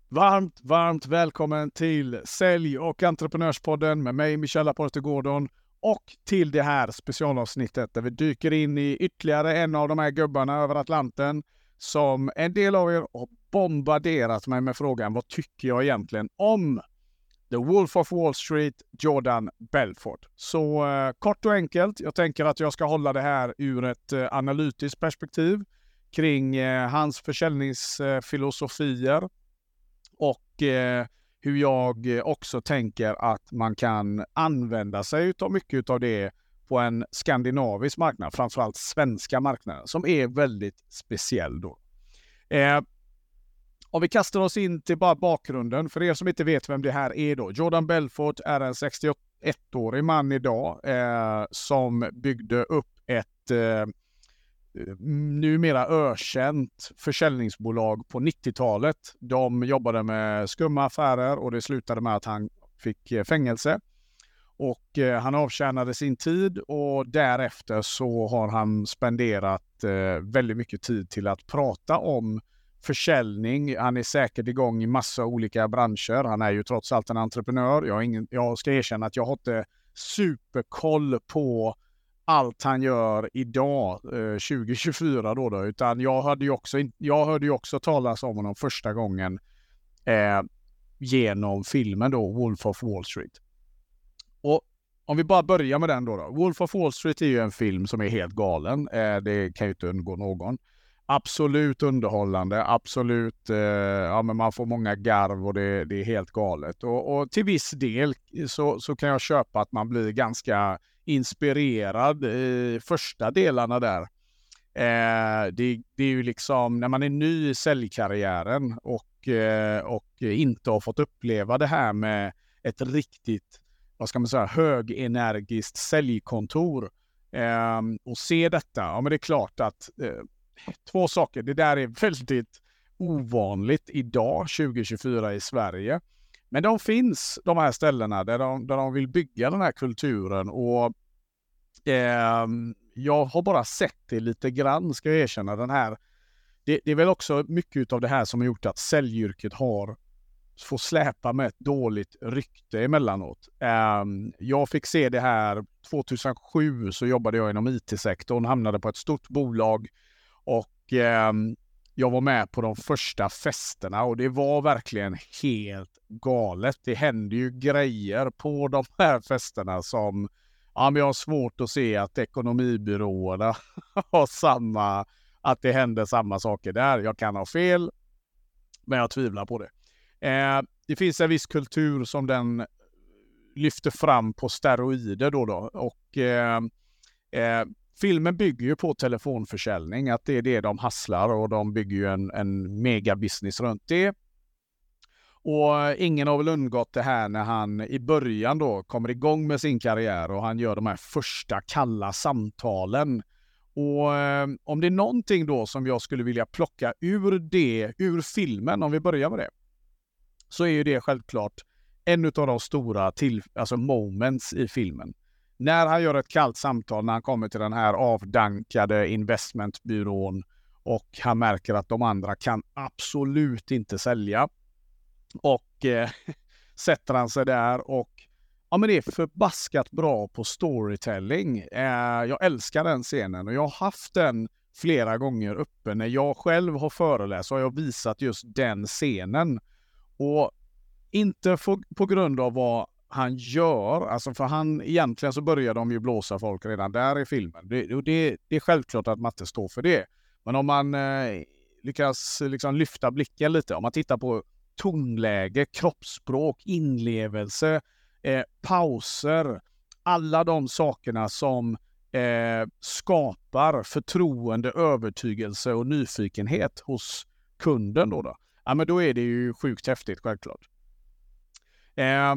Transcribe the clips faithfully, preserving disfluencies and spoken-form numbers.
Varmt, varmt välkommen till Sälj- och entreprenörspodden med mig, Michel Aporte Gordon, och till det här specialavsnittet där vi dyker in i ytterligare en av de här gubbarna över Atlanten som en del av er har bombarderat mig med frågan: vad tycker jag egentligen om The Wolf of Wall Street, Jordan Belfort? Så eh, kort och enkelt, jag tänker att jag ska hålla det här ur ett eh, analytiskt perspektiv kring eh, hans försäljningsfilosofier och eh, hur jag också tänker att man kan använda sig av mycket av det på en skandinavisk marknad, framförallt svenska marknaden, som är väldigt speciell då. Eh, om vi kastar oss in till bara bakgrunden, för er som inte vet vem det här är då. Jordan Belfort är en sextioettårig man idag eh, som byggde upp ett eh, numera ökänt försäljningsbolag på nittiotalet. De jobbade med skumma affärer och det slutade med att han fick fängelse. Och eh, han avtjänade sin tid och därefter så har han spenderat eh, väldigt mycket tid till att prata om försäljning. Han är säkert igång i massa olika branscher. Han är ju trots allt en entreprenör. Jag, har ingen, jag ska erkänna att jag har inte superkoll på allt han gör idag, eh, tjugo tjugofyra då, då. Utan jag hörde ju också, jag hörde ju också talas om honom första gången eh, genom filmen då, Wolf of Wall Street. Och om vi bara börjar med den då, då. Wolf of Wall Street är ju en film som är helt galen. Eh, det kan ju inte undgå någon. Absolut underhållande, absolut, eh, ja, men man får många garv och det, det är helt galet. Och, och till viss del så, så kan jag köpa att man blir ganska inspirerad i första delarna där. Eh, det, det är ju liksom när man är ny i säljkarriären och, eh, och inte har fått uppleva det här med ett riktigt, vad ska man säga, högenergiskt säljkontor eh, och se detta. Ja, men det är klart att eh, två saker. Det där är väldigt ovanligt idag, tjugo tjugofyra i Sverige. Men de finns, de här ställena där de, där de vill bygga den här kulturen. Och eh, jag har bara sett det lite grann, ska jag erkänna. Den här, det, det är väl också mycket av det här som har gjort att säljyrket har får släpa med ett dåligt rykte emellanåt. Eh, jag fick se det här tjugohundrasju, så jobbade jag inom I T-sektorn, hamnade på ett stort bolag. Och eh, jag var med på de första festerna och det var verkligen helt galet. Det hände ju grejer på de här festerna som, ja, men jag har svårt att se att ekonomibyråerna har samma, att det händer samma saker där. Jag kan ha fel, men jag tvivlar på det. Eh, det finns en viss kultur som den lyfter fram på steroider då då. Och eh, eh, filmen bygger ju på telefonförsäljning, att det är det de hasslar, och de bygger ju en, en megabusiness runt det. Och ingen har väl undgått det här när han i början då kommer igång med sin karriär och han gör de här första kalla samtalen. Och eh, om det är någonting då som jag skulle vilja plocka ur det, ur filmen, om vi börjar med det, så är ju det självklart en av de stora till, alltså moments i filmen. När han gör ett kallt samtal, när han kommer till den här avdankade investmentbyrån och han märker att de andra kan absolut inte sälja. Och eh, sätter han sig där och ja, men det är förbaskat bra på storytelling. Eh, jag älskar den scenen och jag har haft den flera gånger uppe. När jag själv har föreläst så har jag visat just den scenen. Och inte för, på grund av vad han gör, alltså för han egentligen så börjar de ju blåsa folk redan där i filmen. Det, det, det är självklart att Matte står för det. Men om man eh, lyckas liksom lyfta blicken lite, om man tittar på tonläge, kroppsspråk, inlevelse, eh, pauser, alla de sakerna som eh, skapar förtroende, övertygelse och nyfikenhet hos kunden då, då. Ja, men då är det ju sjukt häftigt självklart. Eh,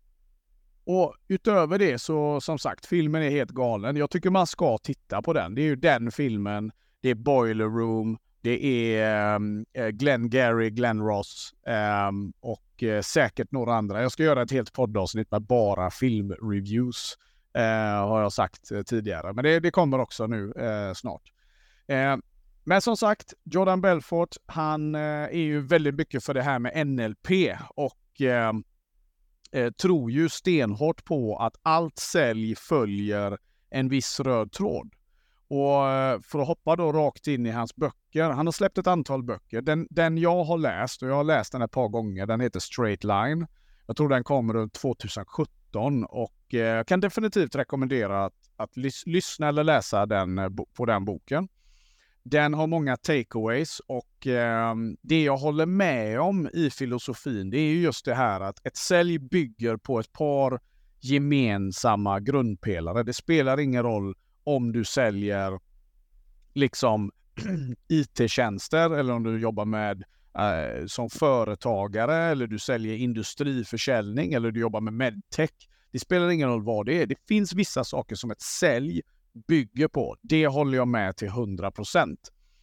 och utöver det så, som sagt, filmen är helt galen. Jag tycker man ska titta på den. Det är ju den filmen, det är Boiler Room, det är eh, Glenn Gary, Glenn Ross eh, och eh, säkert några andra. Jag ska göra ett helt poddavsnitt med bara filmreviews, eh, har jag sagt eh, tidigare. Men det, det kommer också nu eh, snart. Eh, Men som sagt, Jordan Belfort, han eh, är ju väldigt mycket för det här med N L P och eh, eh, tror ju stenhårt på att allt sälj följer en viss röd tråd. Och eh, för att hoppa då rakt in i hans böcker, han har släppt ett antal böcker. Den, den jag har läst, och jag har läst den ett par gånger, den heter Straight Line. Jag tror den kommer runt tjugohundrasjutton och eh, jag kan definitivt rekommendera att, att lys- lyssna eller läsa den, eh, bo- på den boken. Den har många takeaways och eh, det jag håller med om i filosofin, det är ju just det här att ett sälj bygger på ett par gemensamma grundpelare. Det spelar ingen roll om du säljer liksom I T-tjänster eller om du jobbar med eh, som företagare eller du säljer industriförsäljning eller du jobbar med medtech. Det spelar ingen roll vad det är. Det finns vissa saker som ett sälj bygger på. Det håller jag med till hundra procent.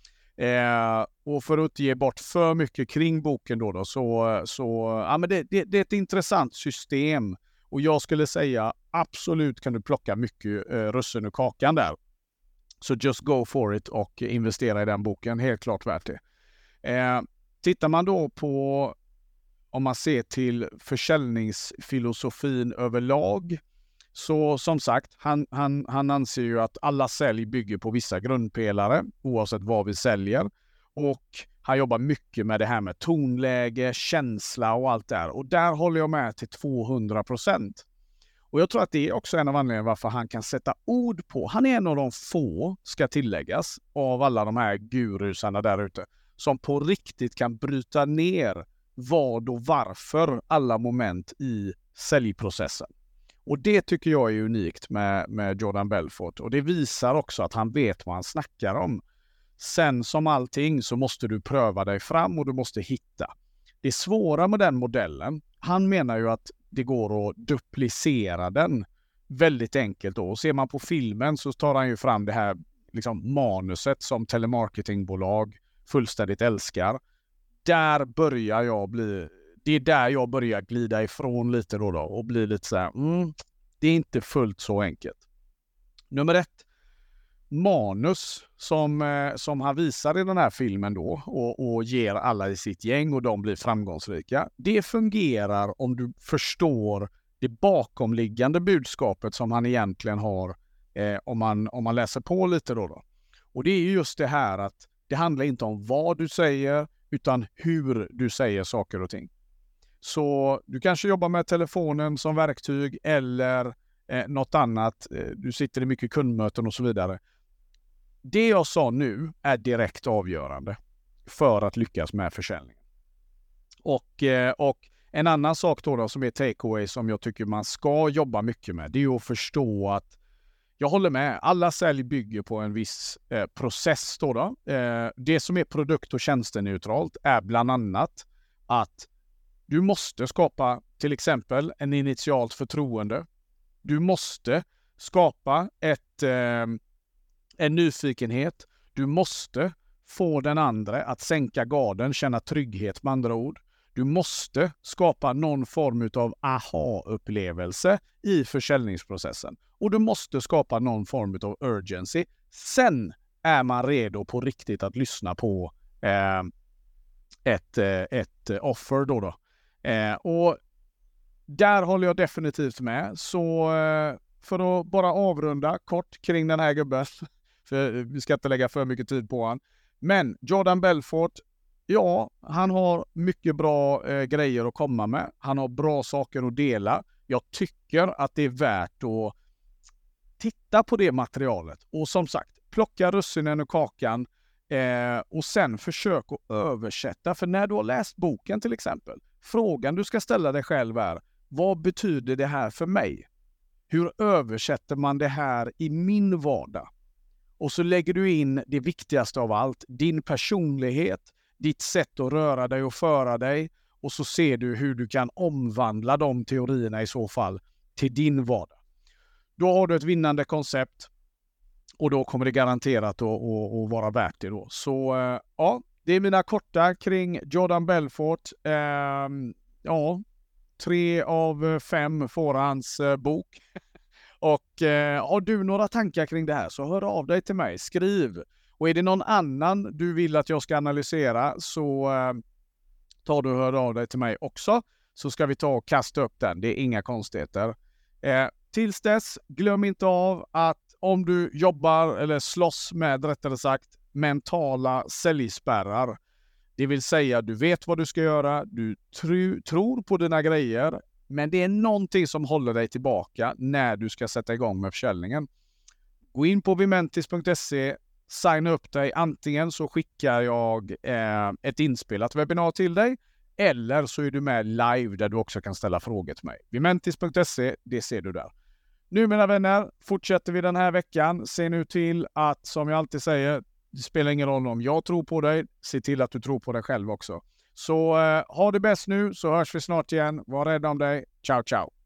Eh, och för att inte ge bort för mycket kring boken då, då så, så ja, men det, det, det är ett intressant system och jag skulle säga absolut kan du plocka mycket eh, russin ur kakan där. Så just go for it och investera i den boken. Helt klart värt det. Eh, tittar man då på om man ser till försäljningsfilosofin överlag så som sagt, han, han, han anser ju att alla sälj bygger på vissa grundpelare oavsett vad vi säljer. Och han jobbar mycket med det här med tonläge, känsla och allt där. Och där håller jag med till tvåhundra procent. Och jag tror att det är också en av anledningarna varför han kan sätta ord på. Han är en av de få, ska tilläggas, av alla de här gurusarna där ute som på riktigt kan bryta ner vad och varför alla moment i säljprocessen. Och det tycker jag är unikt med, med Jordan Belfort. Och det visar också att han vet vad han snackar om. Sen som allting så måste du pröva dig fram och du måste hitta. Det svåra med den modellen, han menar ju att det går att duplicera den väldigt enkelt då. Och ser man på filmen så tar han ju fram det här liksom manuset som telemarketingbolag fullständigt älskar. Där börjar jag bli... Det är där jag börjar glida ifrån lite då, då och bli lite så här, mm, det är inte fullt så enkelt. Nummer ett, manus som, eh, som han visar i den här filmen då och, och ger alla i sitt gäng och de blir framgångsrika. Det fungerar om du förstår det bakomliggande budskapet som han egentligen har eh, om, man, om man läser på lite då, då. Och det är just det här att det handlar inte om vad du säger utan hur du säger saker och ting. Så du kanske jobbar med telefonen som verktyg eller eh, något annat. Eh, du sitter i mycket kundmöten och så vidare. Det jag sa nu är direkt avgörande för att lyckas med försäljningen. Och, eh, och en annan sak då, då som är takeaway som jag tycker man ska jobba mycket med, det är att förstå att jag håller med. Alla sälj bygger på en viss eh, process. Då då. Eh, det som är produkt- och tjänsteneutralt är bland annat att du måste skapa till exempel en initialt förtroende. Du måste skapa ett, eh, en nyfikenhet. Du måste få den andra att sänka garden, känna trygghet med andra ord. Du måste skapa någon form av aha-upplevelse i försäljningsprocessen. Och du måste skapa någon form av urgency. Sen är man redo på riktigt att lyssna på eh, ett, ett offer då då. Eh, och där håller jag definitivt med. Så eh, för att bara avrunda kort kring den här gubben. För vi ska inte lägga för mycket tid på han. Men Jordan Belfort, ja, han har mycket bra eh, grejer att komma med. Han har bra saker att dela. Jag tycker att det är värt att titta på det materialet. Och som sagt, plocka russinen ur kakan eh, och sen försök att översätta. För när du har läst boken till exempel, frågan du ska ställa dig själv är, vad betyder det här för mig? Hur översätter man det här i min vardag? Och så lägger du in det viktigaste av allt, din personlighet, ditt sätt att röra dig och föra dig. Och så ser du hur du kan omvandla de teorierna i så fall till din vardag. Då har du ett vinnande koncept och då kommer det garanterat att, att, att vara värt det då. Så ja, det är mina korta kring Jordan Belfort. Ehm, ja, tre av fem får hans bok. Och eh, har du några tankar kring det här så hör av dig till mig, skriv. Och är det någon annan du vill att jag ska analysera så eh, tar du och hör av dig till mig också. Så ska vi ta och kasta upp den. Det är inga konstigheter. Eh, tills dess, glöm inte av att om du jobbar eller slåss med, rättare sagt, mentala säljspärrar. Det vill säga, du vet vad du ska göra, du tro, tror på dina grejer, men det är någonting som håller dig tillbaka när du ska sätta igång med försäljningen. Gå in på vimentis punkt se, signa upp dig. Antingen så skickar jag eh, ett inspelat webbinar till dig, eller så är du med live där du också kan ställa frågor till mig. vimentis punkt se, det ser du där. Nu mina vänner, fortsätter vi den här veckan. Se nu till att, som jag alltid säger, det spelar ingen roll om jag tror på dig. Se till att du tror på dig själv också. Så eh, ha det bäst nu, så hörs vi snart igen. Var rädd om dig. Ciao, ciao.